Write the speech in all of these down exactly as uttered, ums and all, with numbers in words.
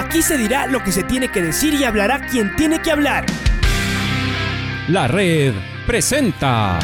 Aquí se dirá lo que se tiene que decir y hablará quien tiene que hablar. La Red presenta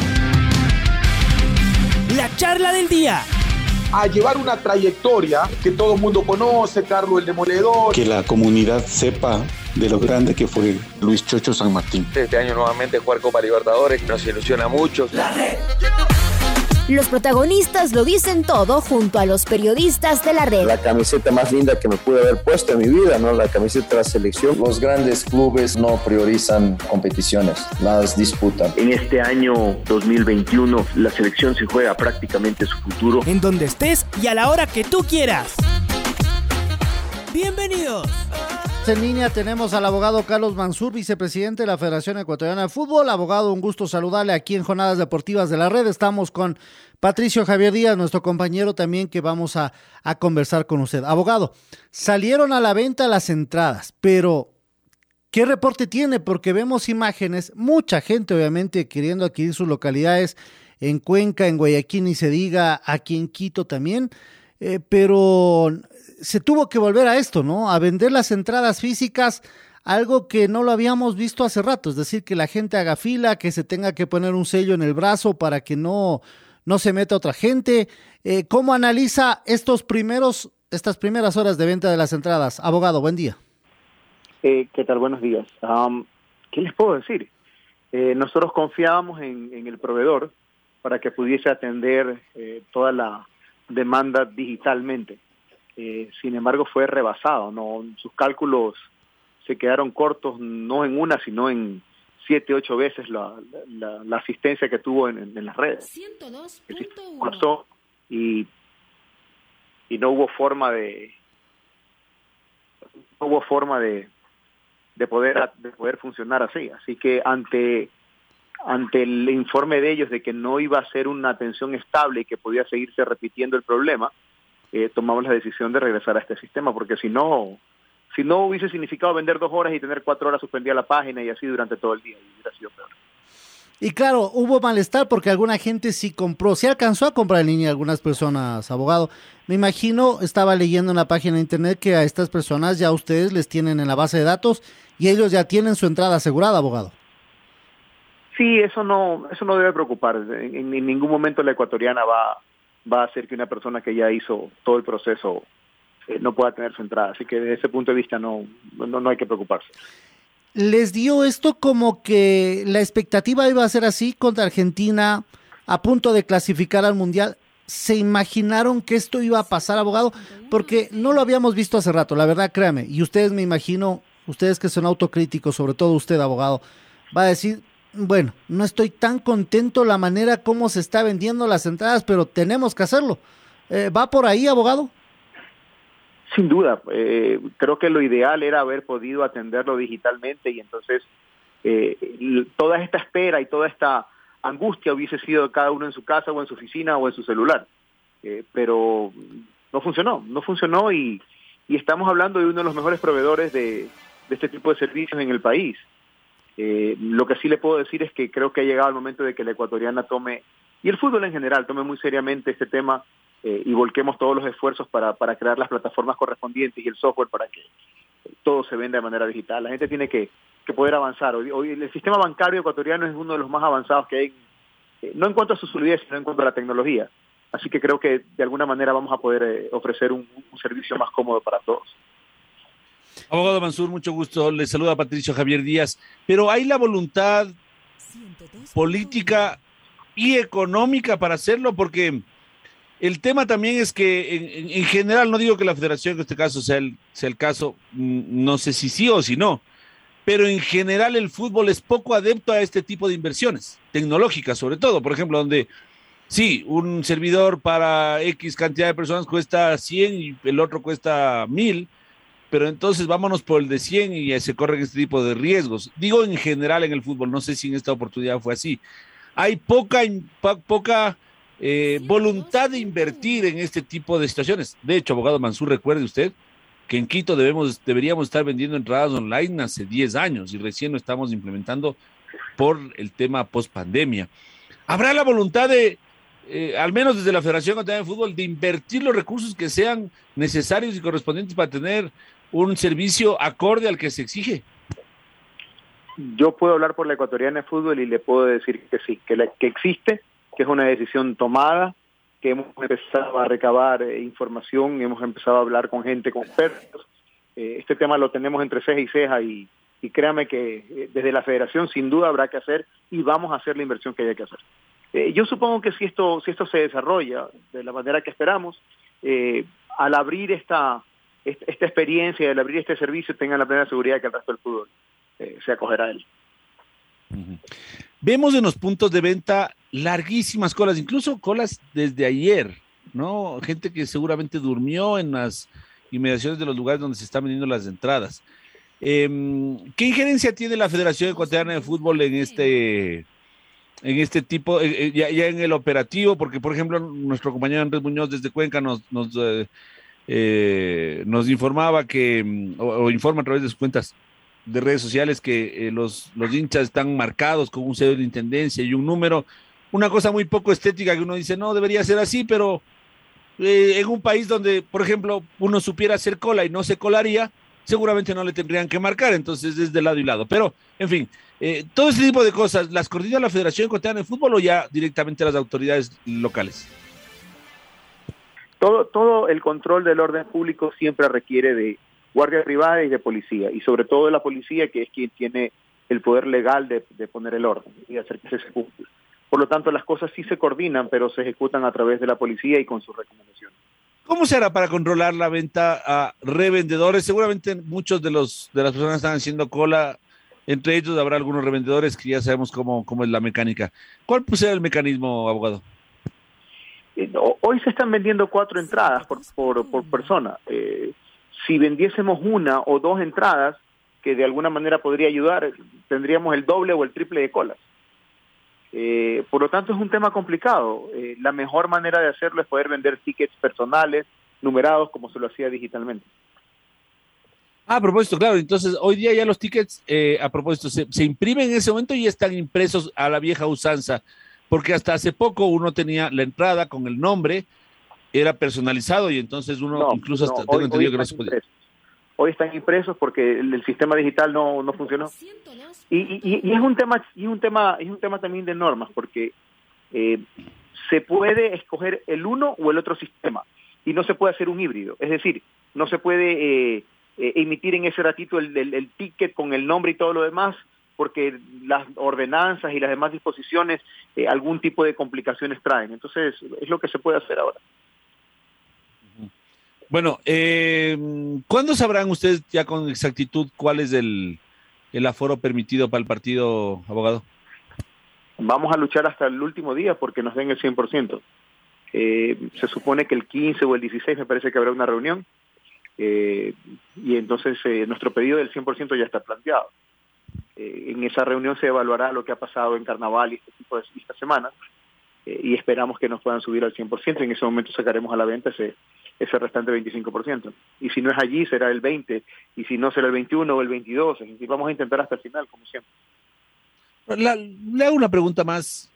La charla del día. A llevar una trayectoria que todo el mundo conoce, Carlos el Demoledor. Que la comunidad sepa de lo grande que fue Luis Chocho San Martín. Este año nuevamente jugar Copa Libertadores nos ilusiona mucho. La Red. Los protagonistas lo dicen todo junto a los periodistas de la Red. La camiseta más linda que me pude haber puesto en mi vida, ¿no? La camiseta de la selección. Los grandes clubes no priorizan competiciones, las disputan. En este año dos mil veintiuno la selección se juega prácticamente su futuro. En donde estés y a la hora que tú quieras. Bienvenidos. En línea tenemos al abogado Carlos Mansur, vicepresidente de la Federación Ecuatoriana de Fútbol. Abogado, un gusto saludarle aquí en Jornadas Deportivas de la Red. Estamos con Patricio Javier Díaz, nuestro compañero también, que vamos a, a conversar con usted. Abogado, salieron a la venta las entradas, pero ¿qué reporte tiene? Porque vemos imágenes, mucha gente obviamente queriendo adquirir sus localidades en Cuenca, en Guayaquil, ni se diga, aquí en Quito también, eh, pero se tuvo que volver a esto, ¿no? A vender las entradas físicas, algo que no lo habíamos visto hace rato, es decir, que la gente haga fila, que se tenga que poner un sello en el brazo para que no, no se meta otra gente. Eh, ¿Cómo analiza estos primeros, estas primeras horas de venta de las entradas? Abogado, buen día. Eh, ¿Qué tal? Buenos días. Um, ¿Qué les puedo decir? Eh, nosotros confiábamos en, en el proveedor para que pudiese atender eh, toda la demanda digitalmente. Eh, sin embargo fue rebasado, no, sus cálculos se quedaron cortos, no en una, sino en siete, ocho veces la, la, la asistencia que tuvo en, en, en las redes. ciento dos punto uno Colapsó y, y no hubo forma de no hubo forma de, de poder de poder funcionar así. Así que ante ante el informe de ellos de que no iba a ser una atención estable y que podía seguirse repitiendo el problema, Eh, tomamos la decisión de regresar a este sistema, porque si no, si no hubiese significado vender dos horas y tener cuatro horas suspendida la página y así durante todo el día, y hubiera sido peor. Y claro, hubo malestar porque alguna gente sí compró, sí alcanzó a comprar en línea algunas personas, abogado. Me imagino, estaba leyendo en la página de internet que a estas personas ya ustedes les tienen en la base de datos y ellos ya tienen su entrada asegurada, abogado. Sí, eso no, eso no debe preocupar. En, en ningún momento la ecuatoriana va va a hacer que una persona que ya hizo todo el proceso eh, no pueda tener su entrada. Así que desde ese punto de vista no, no, no hay que preocuparse. ¿Les dio esto como que la expectativa iba a ser así contra Argentina, a punto de clasificar al Mundial? ¿Se imaginaron que esto iba a pasar, abogado? Porque no lo habíamos visto hace rato, la verdad, créame. Y ustedes, me imagino, ustedes que son autocríticos, sobre todo usted, abogado, va a decir, bueno, no estoy tan contento la manera como se está vendiendo las entradas, pero tenemos que hacerlo. Eh, ¿Va por ahí, abogado? Sin duda. Eh, creo que lo ideal era haber podido atenderlo digitalmente y entonces eh, toda esta espera y toda esta angustia hubiese sido cada uno en su casa o en su oficina o en su celular. Eh, pero no funcionó, no funcionó y, y estamos hablando de uno de los mejores proveedores de, de este tipo de servicios en el país. Eh, lo que sí le puedo decir es que creo que ha llegado el momento de que la ecuatoriana tome, y el fútbol en general, tome muy seriamente este tema eh, y volquemos todos los esfuerzos para, para crear las plataformas correspondientes y el software para que todo se venda de manera digital. La gente tiene que, que poder avanzar. Hoy, hoy el sistema bancario ecuatoriano es uno de los más avanzados que hay, eh, no en cuanto a su solidez, sino en cuanto a la tecnología. Así que creo que de alguna manera vamos a poder eh, ofrecer un, un servicio más cómodo para todos. Abogado Mansur, mucho gusto. Le saluda Patricio Javier Díaz. Pero ¿hay la voluntad política y económica para hacerlo? Porque el tema también es que en, en general, no digo que la federación en este caso sea el, sea el caso, no sé si sí o si no, pero en general el fútbol es poco adepto a este tipo de inversiones, tecnológicas sobre todo. Por ejemplo, donde sí, un servidor para X cantidad de personas cuesta cien y el otro cuesta mil, pero entonces vámonos por el de cien y se corren este tipo de riesgos. Digo en general en el fútbol, no sé si en esta oportunidad fue así. Hay poca, po, poca eh, voluntad de invertir en este tipo de situaciones. De hecho, abogado Mansur, recuerde usted que en Quito debemos, deberíamos estar vendiendo entradas online hace diez años y recién lo estamos implementando por el tema post-pandemia. ¿Habrá la voluntad de, eh, al menos desde la Federación Ecuatoriana de Fútbol, de invertir los recursos que sean necesarios y correspondientes para tener un servicio acorde al que se exige. Yo puedo hablar por la Ecuatoriana de Fútbol y le puedo decir que sí, que, la, que existe, que es una decisión tomada, que hemos empezado a recabar eh, información, hemos empezado a hablar con gente, con expertos. Eh, este tema lo tenemos entre ceja y ceja y, y créame que eh, desde la federación sin duda habrá que hacer y vamos a hacer la inversión que haya que hacer. Eh, yo supongo que si esto, si esto se desarrolla de la manera que esperamos, eh, al abrir esta, esta, esta experiencia, al abrir este servicio, tengan la plena seguridad que el resto del fútbol Eh, se acogerá a él. Uh-huh. Vemos en los puntos de venta larguísimas colas, incluso colas desde ayer, ¿no? Gente que seguramente durmió en las inmediaciones de los lugares donde se están vendiendo las entradas. Eh, ¿Qué injerencia tiene la Federación Ecuatoriana de Fútbol en este, en este tipo, eh, ya, ya en el operativo? Porque, por ejemplo, nuestro compañero Andrés Muñoz desde Cuenca nos, nos, eh, eh, nos informaba que, o, o informa a través de sus cuentas de redes sociales que eh, los, los hinchas están marcados con un sello de intendencia y un número, una cosa muy poco estética que uno dice, no, debería ser así, pero eh, en un país donde, por ejemplo, uno supiera hacer cola y no se colaría, seguramente no le tendrían que marcar, entonces es de lado y lado. Pero, en fin, eh, todo este tipo de cosas, ¿las coordina la Federación Ecuatoriana de Fútbol o ya directamente las autoridades locales? Todo, todo el control del orden público siempre requiere de guardia privada y de policía, y sobre todo de la policía, que es quien tiene el poder legal de, de poner el orden y hacer que se cumpla. Por lo tanto, las cosas sí se coordinan, pero se ejecutan a través de la policía y con sus recomendaciones. ¿Cómo se hará para controlar la venta a revendedores? Seguramente muchos de los de las personas están haciendo cola, entre ellos habrá algunos revendedores que ya sabemos cómo, cómo es la mecánica. ¿Cuál pues, será el mecanismo, abogado? Eh, hoy se están vendiendo cuatro entradas por, por, por persona. Eh, Si vendiésemos una o dos entradas, que de alguna manera podría ayudar, tendríamos el doble o el triple de colas. Eh, por lo tanto, es un tema complicado. Eh, la mejor manera de hacerlo es poder vender tickets personales, numerados, como se lo hacía digitalmente. Ah, a propósito, claro, entonces hoy día ya los tickets, eh, a propósito, se, se imprimen en ese momento y ya están impresos a la vieja usanza, porque hasta hace poco uno tenía la entrada con el nombre, era personalizado y entonces uno no, incluso hasta no, tengo hoy, entendido hoy que no se podía. Impresos. Hoy están impresos porque el, el sistema digital no, no funcionó. Y, y, y es un tema, y un tema, es un tema también de normas, porque eh, se puede escoger el uno o el otro sistema y no se puede hacer un híbrido. Es decir, no se puede eh, eh, emitir en ese ratito el, el, el ticket con el nombre y todo lo demás, porque las ordenanzas y las demás disposiciones eh, algún tipo de complicaciones traen. Entonces, es lo que se puede hacer ahora. Bueno, eh, ¿cuándo sabrán ustedes ya con exactitud cuál es el, el aforo permitido para el partido, abogado? Vamos a luchar hasta el último día porque nos den el cien por ciento. Eh, se supone que el quince o el dieciséis me parece que habrá una reunión eh, y entonces eh, nuestro pedido del cien por ciento ya está planteado. Eh, en esa reunión se evaluará lo que ha pasado en Carnaval y este tipo de esta semana eh, y esperamos que nos puedan subir al cien por ciento. En ese momento sacaremos a la venta ese ese restante veinticinco por ciento. Y si no es allí, será el veinte, y si no, será el veintiuno o el veintidós. Y vamos a intentar hasta el final, como siempre. La, le hago una pregunta más,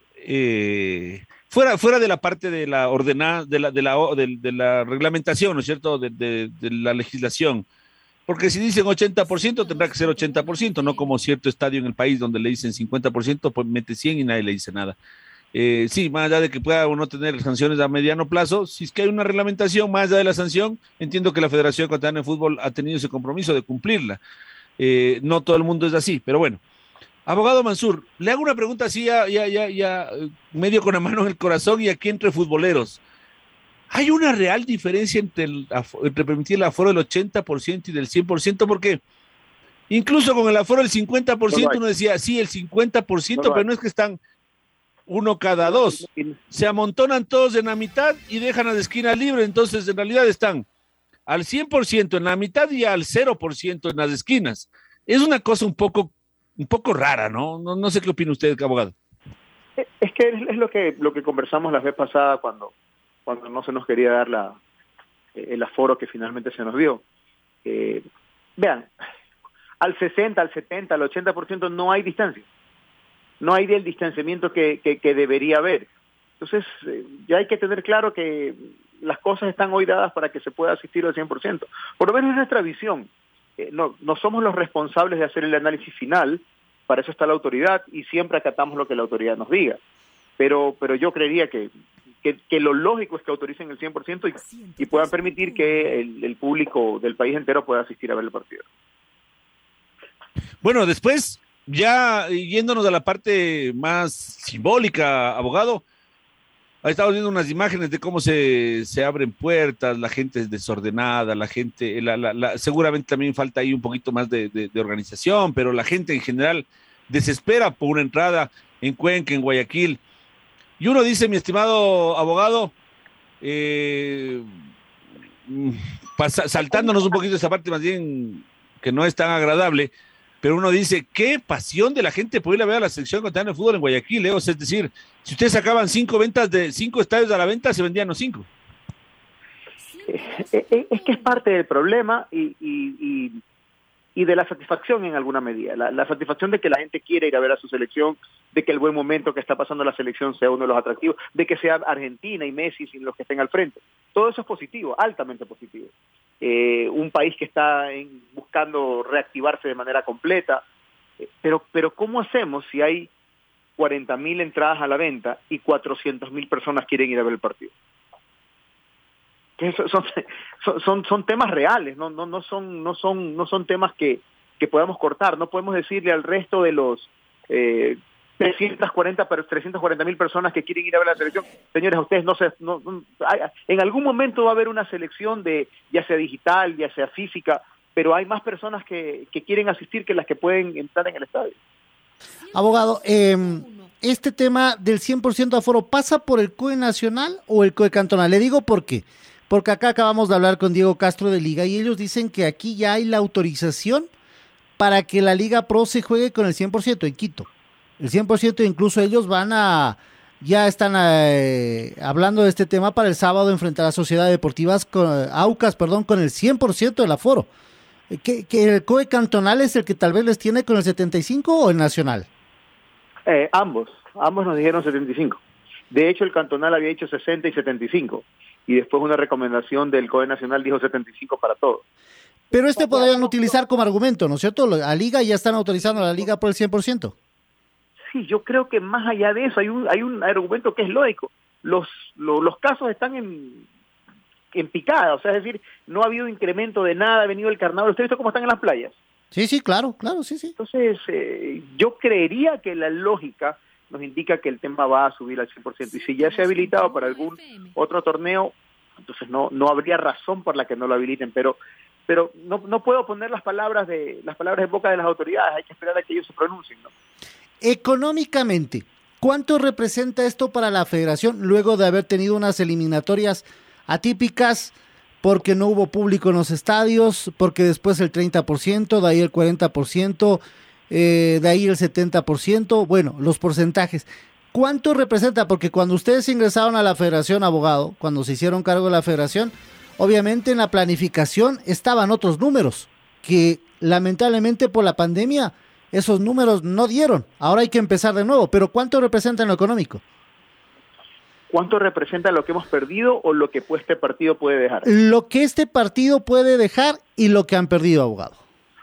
eh, fuera, fuera de la parte de la ordenada, de la, de la, de, de la reglamentación, ¿no es cierto?, de, de, de la legislación. Porque si dicen ochenta por ciento, tendrá que ser ochenta por ciento, no como cierto estadio en el país donde le dicen cincuenta por ciento, pues mete cien y nadie le dice nada. Eh, sí, más allá de que pueda uno tener sanciones a mediano plazo, si es que hay una reglamentación más allá de la sanción, entiendo que la Federación Ecuatoriana de Fútbol ha tenido ese compromiso de cumplirla. Eh, no todo el mundo es así, pero bueno. Abogado Mansur, le hago una pregunta así ya, ya, ya, ya medio con la mano en el corazón y aquí entre futboleros. ¿Hay una real diferencia entre, el, entre permitir el aforo del ochenta por ciento y del cien por ciento? Porque incluso con el aforo del cincuenta por ciento uno decía, sí, el cincuenta por ciento, no pero no es que están uno cada dos. Se amontonan todos en la mitad y dejan a la esquina libre, entonces en realidad están al cien por ciento en la mitad y al cero por ciento en las esquinas. Es una cosa un poco, un poco rara, ¿no? No, no sé qué opina usted, abogado. Es que es lo que, lo que conversamos la vez pasada cuando, cuando no se nos quería dar la, el aforo que finalmente se nos dio. Eh, vean, al sesenta, al setenta, al ochenta por ciento no hay distancia. No hay del distanciamiento que, que, que debería haber. Entonces, eh, ya hay que tener claro que las cosas están hoy dadas para que se pueda asistir al cien por ciento. Por lo menos es nuestra visión. eh, no, no somos los responsables de hacer el análisis final, para eso está la autoridad y siempre acatamos lo que la autoridad nos diga. Pero, pero yo creería que, que, que lo lógico es que autoricen el cien por ciento y, y puedan permitir que el, el público del país entero pueda asistir a ver el partido. Bueno, después, ya yéndonos a la parte más simbólica, abogado, estamos viendo unas imágenes de cómo se, se abren puertas, la gente es desordenada, la gente, la, la, la, seguramente también falta ahí un poquito más de, de, de organización, pero la gente en general desespera por una entrada en Cuenca, en Guayaquil. Y uno dice, mi estimado abogado, eh, pasa, saltándonos un poquito esa parte más bien que no es tan agradable, pero uno dice, qué pasión de la gente por ir a ver a la selección ecuatoriana de fútbol en Guayaquil, ¿eh? O sea, es decir, si ustedes sacaban cinco ventas de cinco estadios a la venta, se vendían los cinco. Es, es que es parte del problema y, y, y, y de la satisfacción en alguna medida, la, la satisfacción de que la gente quiere ir a ver a su selección, de que el buen momento que está pasando la selección sea uno de los atractivos, de que sea Argentina y Messi sin los que estén al frente. Todo eso es positivo, altamente positivo. Eh, un país que está en, buscando reactivarse de manera completa, eh, pero, pero ¿cómo hacemos si hay cuarenta mil entradas a la venta y cuatrocientas mil personas quieren ir a ver el partido? Que son, son, son, son temas reales, no, no, no, son, no, son, no son temas que, que podamos cortar, no podemos decirle al resto de los eh, trescientas cuarenta mil personas que quieren ir a ver la selección, señores, a ustedes no se, no, no, hay, en algún momento va a haber una selección de, ya sea digital, ya sea física, pero hay más personas que, que quieren asistir que las que pueden entrar en el estadio. Abogado, eh, ¿este tema del cien por ciento aforo pasa por el C O E nacional o el C O E cantonal? Le digo por qué, porque acá acabamos de hablar con Diego Castro de Liga y ellos dicen que aquí ya hay la autorización para que la Liga Pro se juegue con el cien por ciento en Quito. El cien por ciento, incluso ellos van a, ya están eh, hablando de este tema para el sábado enfrentar a Sociedad Deportivas, con, Aucas, perdón, con el cien por ciento del aforo. ¿Que, que el C O E cantonal es el que tal vez les tiene con el setenta y cinco o el nacional? Eh, ambos, ambos nos dijeron setenta y cinco. De hecho, el cantonal había dicho sesenta y setenta y cinco. Y después una recomendación del C O E nacional dijo setenta y cinco para todos. Pero este podrían utilizar como argumento, ¿no es cierto? La Liga ya están autorizando a la Liga por el cien por ciento. Sí, yo creo que más allá de eso hay un hay un argumento que es lógico. Los lo, los casos están en, en picada, o sea, es decir, no ha habido incremento de nada, ha venido el carnaval. ¿Usted ha visto cómo están en las playas? Sí, sí, claro, claro, sí, sí. Entonces, eh, yo creería que la lógica nos indica que el tema va a subir al cien por ciento. Y si ya se ha habilitado para algún otro torneo, entonces no no habría razón por la que no lo habiliten, pero pero no no puedo poner las palabras de las palabras en boca de las autoridades, hay que esperar a que ellos se pronuncien, ¿no? Económicamente, ¿cuánto representa esto para la federación luego de haber tenido unas eliminatorias atípicas porque no hubo público en los estadios, porque después el treinta por ciento, de ahí el cuarenta por ciento, eh, de ahí el setenta por ciento, bueno, los porcentajes? ¿Cuánto representa? Porque cuando ustedes ingresaron a la federación, abogado, cuando se hicieron cargo de la federación, obviamente en la planificación estaban otros números que lamentablemente por la pandemia esos números no dieron. Ahora hay que empezar de nuevo. Pero ¿cuánto representa en lo económico? ¿Cuánto representa lo que hemos perdido o lo que pues, este partido puede dejar? Lo que este partido puede dejar y lo que han perdido, abogado.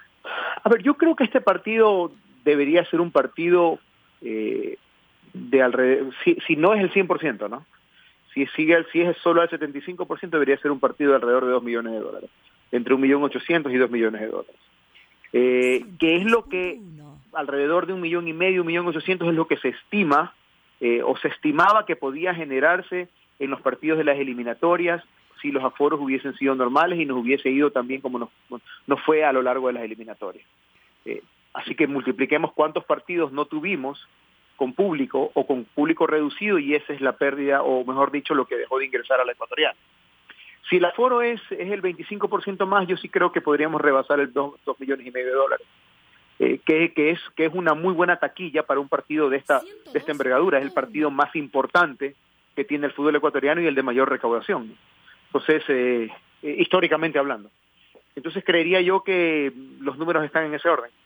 A ver, yo creo que este partido debería ser un partido eh, de alrededor, si, si no es el cien por ciento, ¿no? Si, sigue, si es solo el setenta y cinco por ciento, debería ser un partido de alrededor de dos millones de dólares. Entre un millón ochocientos y dos millones de dólares. Eh, que es lo que alrededor de un millón y medio, un millón ochocientos es lo que se estima eh, o se estimaba que podía generarse en los partidos de las eliminatorias si los aforos hubiesen sido normales y nos hubiese ido también como nos, nos fue a lo largo de las eliminatorias. Eh, así que multipliquemos cuántos partidos no tuvimos con público o con público reducido y esa es la pérdida, o mejor dicho, lo que dejó de ingresar a la ecuatoriana. Si el aforo es, es el veinticinco por ciento más, yo sí creo que podríamos rebasar el dos millones y medio de dólares, eh, que, que, es, que es una muy buena taquilla para un partido de esta, de esta envergadura. Es el partido más importante que tiene el fútbol ecuatoriano y el de mayor recaudación. Entonces, eh, eh, históricamente hablando. Entonces creería yo que los números están en ese orden.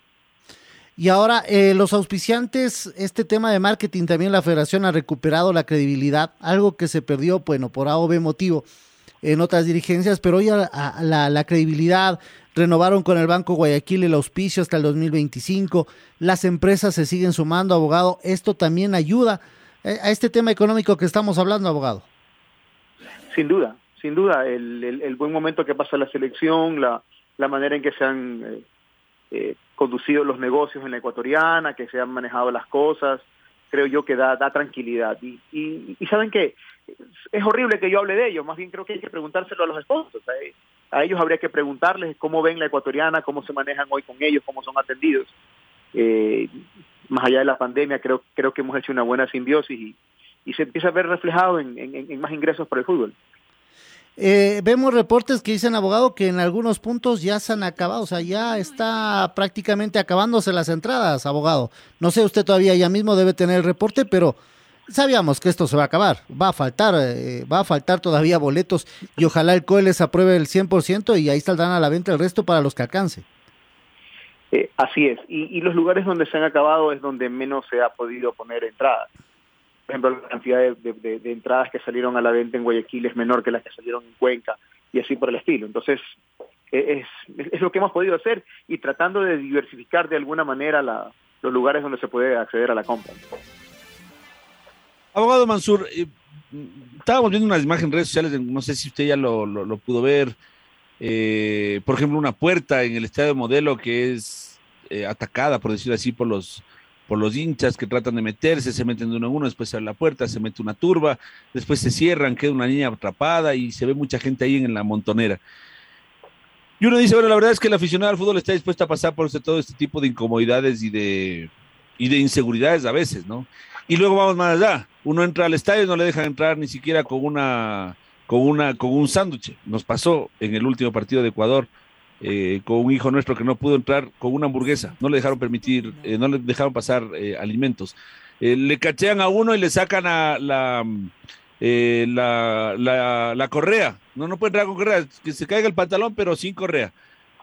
Y ahora, eh, los auspiciantes, este tema de marketing, también la federación ha recuperado la credibilidad, algo que se perdió, bueno, por A o B motivo. en otras dirigencias, pero hoy a, a la, la credibilidad, renovaron con el Banco Guayaquil el auspicio hasta el dos mil veinticinco, las empresas se siguen sumando, abogado, esto también ayuda a este tema económico que estamos hablando, abogado. Sin duda, sin duda, el, el, el buen momento que pasa la selección, la, la manera en que se han eh, eh, conducido los negocios en la ecuatoriana, que se han manejado las cosas, creo yo que da, da tranquilidad. Y, y, y saben que es horrible que yo hable de ellos, más bien creo que hay que preguntárselo a los esposos. A, a ellos habría que preguntarles cómo ven la ecuatoriana, cómo se manejan hoy con ellos, cómo son atendidos. Eh, más allá de la pandemia, creo, creo que hemos hecho una buena simbiosis y, y se empieza a ver reflejado en, en, en más ingresos para el fútbol. Eh, vemos reportes que dicen, abogado, que en algunos puntos ya se han acabado, o sea, ya está prácticamente acabándose las entradas, abogado. No sé, usted todavía ya mismo debe tener el reporte, pero sabíamos que esto se va a acabar, va a faltar, eh, va a faltar todavía boletos y ojalá el C O E les apruebe el cien por ciento y ahí saldrán a la venta el resto para los que alcance. Eh, así es, y, y los lugares donde se han acabado es donde menos se ha podido poner entradas. Por ejemplo, la cantidad de, de, de entradas que salieron a la venta en Guayaquil es menor que las que salieron en Cuenca y así por el estilo. Entonces, es, es lo que hemos podido hacer y tratando de diversificar de alguna manera la, los lugares donde se puede acceder a la compra. Abogado Mansur, eh, estábamos viendo unas imágenes en redes sociales, no sé si usted ya lo, lo, lo pudo ver, eh, por ejemplo, una puerta en el Estadio Modelo que es eh, atacada, por decirlo así, por los por los hinchas que tratan de meterse, se meten de uno en uno, después se abre la puerta, se mete una turba, después se cierran, queda una niña atrapada y se ve mucha gente ahí en la montonera. Y uno dice, bueno, la verdad es que el aficionado al fútbol está dispuesto a pasar por todo este tipo de incomodidades y de, y de inseguridades a veces, ¿no? Y luego vamos más allá, uno entra al estadio y no le dejan entrar ni siquiera con una, con una, con un sándwich. Nos pasó en el último partido de Ecuador, Eh, con un hijo nuestro que no pudo entrar con una hamburguesa, no le dejaron permitir, eh, no le dejaron pasar eh, alimentos, eh, le cachean a uno y le sacan a la, eh, la, la, la correa, no, no puede entrar con correa, que se caiga el pantalón pero sin correa,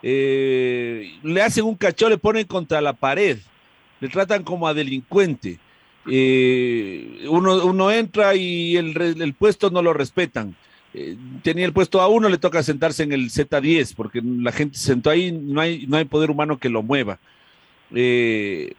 eh, le hacen un cacheo, le ponen contra la pared, le tratan como a delincuente, eh, uno, uno entra y el, el puesto no lo respetan. Eh, tenía el puesto A uno, le toca sentarse en el Z diez, porque la gente se sentó ahí, no hay, no hay poder humano que lo mueva. Eh,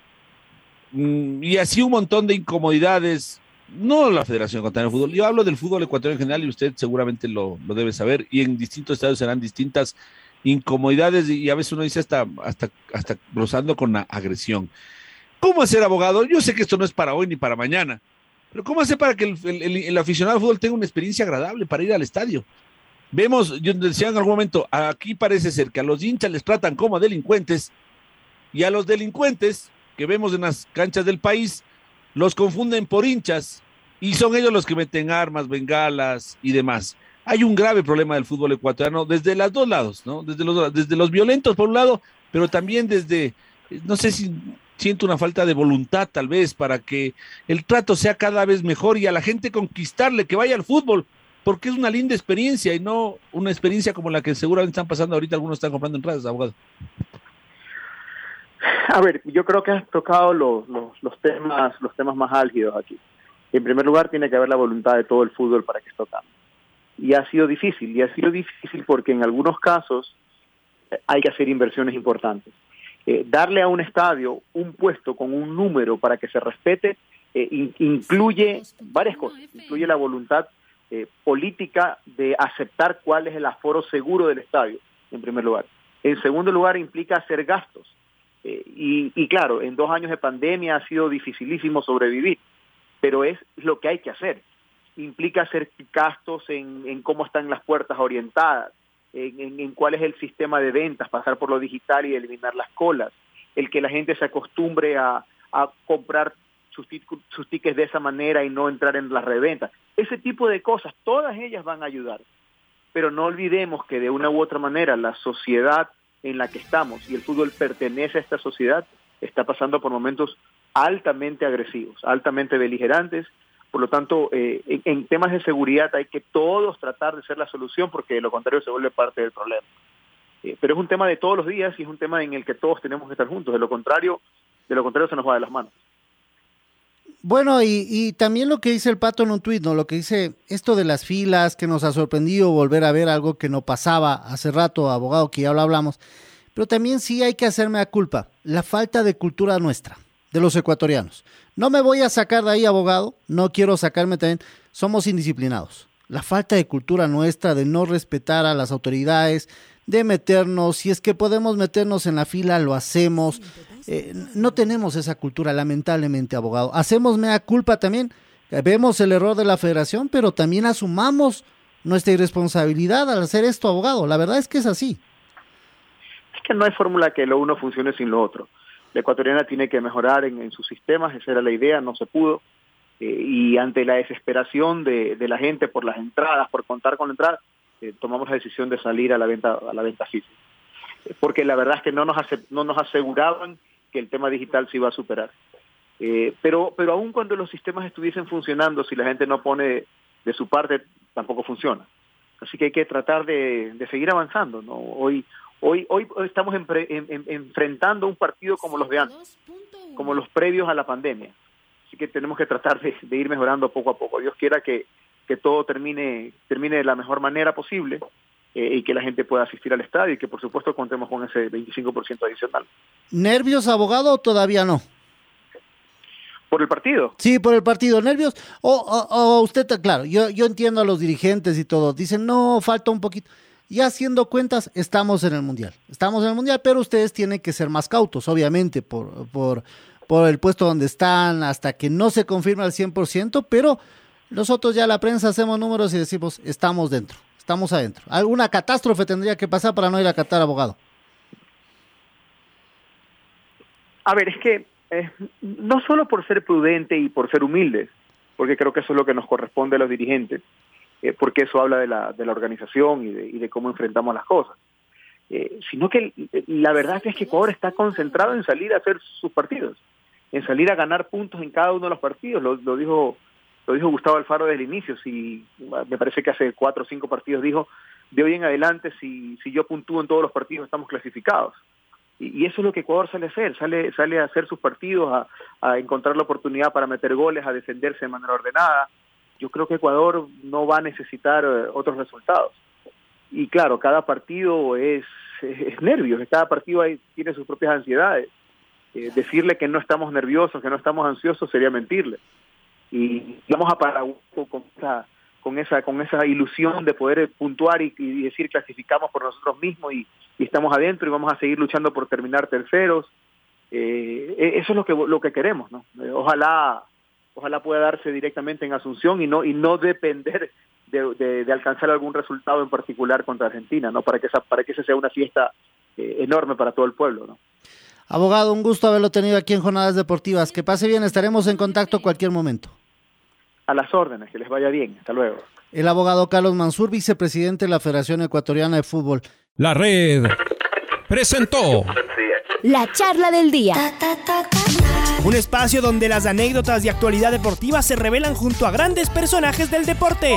y así un montón de incomodidades, no la Federación Ecuatoriana de Fútbol, yo hablo del fútbol ecuatoriano en general y usted seguramente lo, lo debe saber, y en distintos estadios serán distintas incomodidades y a veces uno dice hasta, hasta, hasta rozando con la agresión. ¿Cómo hacer, abogado? Yo sé que esto no es para hoy ni para mañana, pero ¿cómo hacer para que el, el, el aficionado al fútbol tenga una experiencia agradable para ir al estadio? Vemos, yo decía en algún momento, aquí parece ser que a los hinchas les tratan como a delincuentes y a los delincuentes que vemos en las canchas del país los confunden por hinchas y son ellos los que meten armas, bengalas y demás. Hay un grave problema del fútbol ecuatoriano desde los dos lados, ¿no? Desde los, desde los violentos por un lado, pero también desde, no sé si... siento una falta de voluntad tal vez para que el trato sea cada vez mejor y a la gente conquistarle que vaya al fútbol, porque es una linda experiencia y no una experiencia como la que seguramente están pasando ahorita, algunos están comprando entradas, abogado. A ver, yo creo que has tocado los, los, los temas los temas más álgidos aquí. En primer lugar, tiene que haber la voluntad de todo el fútbol para que esto cambie. Y ha sido difícil, y ha sido difícil porque en algunos casos hay que hacer inversiones importantes. Eh, darle a un estadio un puesto con un número para que se respete eh, in, incluye varias cosas, incluye la voluntad eh, política de aceptar cuál es el aforo seguro del estadio, en primer lugar. En segundo lugar, implica hacer gastos. Eh, y, y claro, en dos años de pandemia ha sido dificilísimo sobrevivir, pero es lo que hay que hacer. Implica hacer gastos en, en cómo están las puertas orientadas, En, en, en cuál es el sistema de ventas, pasar por lo digital y eliminar las colas, el que la gente se acostumbre a, a comprar sus, sus tickets de esa manera y no entrar en las reventas. Ese tipo de cosas, todas ellas van a ayudar, pero no olvidemos que de una u otra manera la sociedad en la que estamos, y el fútbol pertenece a esta sociedad, está pasando por momentos altamente agresivos, altamente beligerantes. Por lo tanto, eh, en, en temas de seguridad hay que todos tratar de ser la solución, porque de lo contrario se vuelve parte del problema. Eh, pero es un tema de todos los días y es un tema en el que todos tenemos que estar juntos. De lo contrario, de lo contrario se nos va de las manos. Bueno, y, y también lo que dice el Pato en un tuit, ¿no? Lo que dice esto de las filas, que nos ha sorprendido volver a ver algo que no pasaba hace rato, abogado, que ya lo hablamos. Pero también sí hay que hacerme a culpa, la falta de cultura nuestra, de los ecuatorianos. No me voy a sacar de ahí, abogado, no quiero sacarme también, somos indisciplinados. La falta de cultura nuestra, de no respetar a las autoridades, de meternos, si es que podemos meternos en la fila, lo hacemos. Eh, no tenemos esa cultura, lamentablemente, abogado. Hacemos mea culpa también, vemos el error de la federación, pero también asumamos nuestra irresponsabilidad al hacer esto, abogado. La verdad es que es así. Es que no hay fórmula que lo uno funcione sin lo otro. La ecuatoriana tiene que mejorar en, en sus sistemas, esa era la idea, no se pudo. Eh, y ante la desesperación de, de la gente por las entradas, por contar con la entrada, eh, tomamos la decisión de salir a la venta a la venta física. Eh, porque la verdad es que no nos, hace, no nos aseguraban que el tema digital se iba a superar. Eh, pero, pero aún cuando los sistemas estuviesen funcionando, si la gente no pone de su parte, tampoco funciona. Así que hay que tratar de, de seguir avanzando, ¿no? Hoy Hoy, hoy estamos en, en, en, enfrentando un partido como los de antes, como los previos a la pandemia. Así que tenemos que tratar de, de ir mejorando poco a poco. Dios quiera que, que todo termine, termine de la mejor manera posible eh, y que la gente pueda asistir al estadio y que por supuesto contemos con ese veinticinco por ciento adicional. ¿Nervios, abogado, o todavía no? ¿Por el partido? Sí, por el partido. ¿Nervios? O, o, o usted, claro, yo, yo entiendo a los dirigentes y todo. Dicen, no, falta un poquito. Y haciendo cuentas, estamos en el Mundial. Estamos en el Mundial, pero ustedes tienen que ser más cautos, obviamente, por, por, por el puesto donde están, hasta que no se confirme al cien por ciento, pero nosotros ya la prensa hacemos números y decimos, estamos dentro, estamos adentro. ¿Alguna catástrofe tendría que pasar para no ir a Qatar, abogado? A ver, es que eh, no solo por ser prudente y por ser humildes, porque creo que eso es lo que nos corresponde a los dirigentes, Eh, porque eso habla de la, de la organización y de, y de cómo enfrentamos las cosas. Eh, sino que la verdad es que Ecuador está concentrado en salir a hacer sus partidos, en salir a ganar puntos en cada uno de los partidos. Lo, lo dijo lo dijo Gustavo Alfaro desde el inicio. Si, me parece que hace cuatro o cinco partidos dijo, de hoy en adelante, si, si yo puntúo en todos los partidos, estamos clasificados. Y, y eso es lo que Ecuador sale a hacer, sale, sale a hacer sus partidos, a, a encontrar la oportunidad para meter goles, a defenderse de manera ordenada. Yo creo que Ecuador no va a necesitar uh, otros resultados. Y claro, cada partido es, es, es nervios, cada partido hay, tiene sus propias ansiedades. Eh, decirle que no estamos nerviosos, que no estamos ansiosos, sería mentirle. Y vamos a Paraguay con esa, con esa, con esa ilusión de poder puntuar y, y decir clasificamos por nosotros mismos y, y estamos adentro y vamos a seguir luchando por terminar terceros. Eh, eso es lo que, lo que queremos, ¿no? Eh, ojalá... Ojalá pueda darse directamente en Asunción y no y no depender de, de, de alcanzar algún resultado en particular contra Argentina, ¿no? Para que esa para que esa sea una fiesta eh, enorme para todo el pueblo, ¿no? Abogado, un gusto haberlo tenido aquí en Jornadas Deportivas. Que pase bien, estaremos en contacto cualquier momento. A las órdenes, que les vaya bien. Hasta luego. El abogado Carlos Mansur, vicepresidente de la Federación Ecuatoriana de Fútbol. La Red presentó la charla del día. Un espacio donde las anécdotas de actualidad deportiva se revelan junto a grandes personajes del deporte.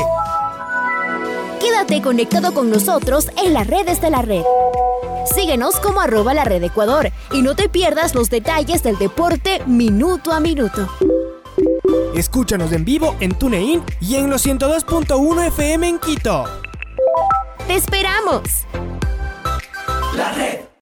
Quédate conectado con nosotros en las redes de la Red. Síguenos como arroba la Red Ecuador y no te pierdas los detalles del deporte minuto a minuto. Escúchanos en vivo en TuneIn y en los ciento dos punto uno F M en Quito. ¡Te esperamos! La Red.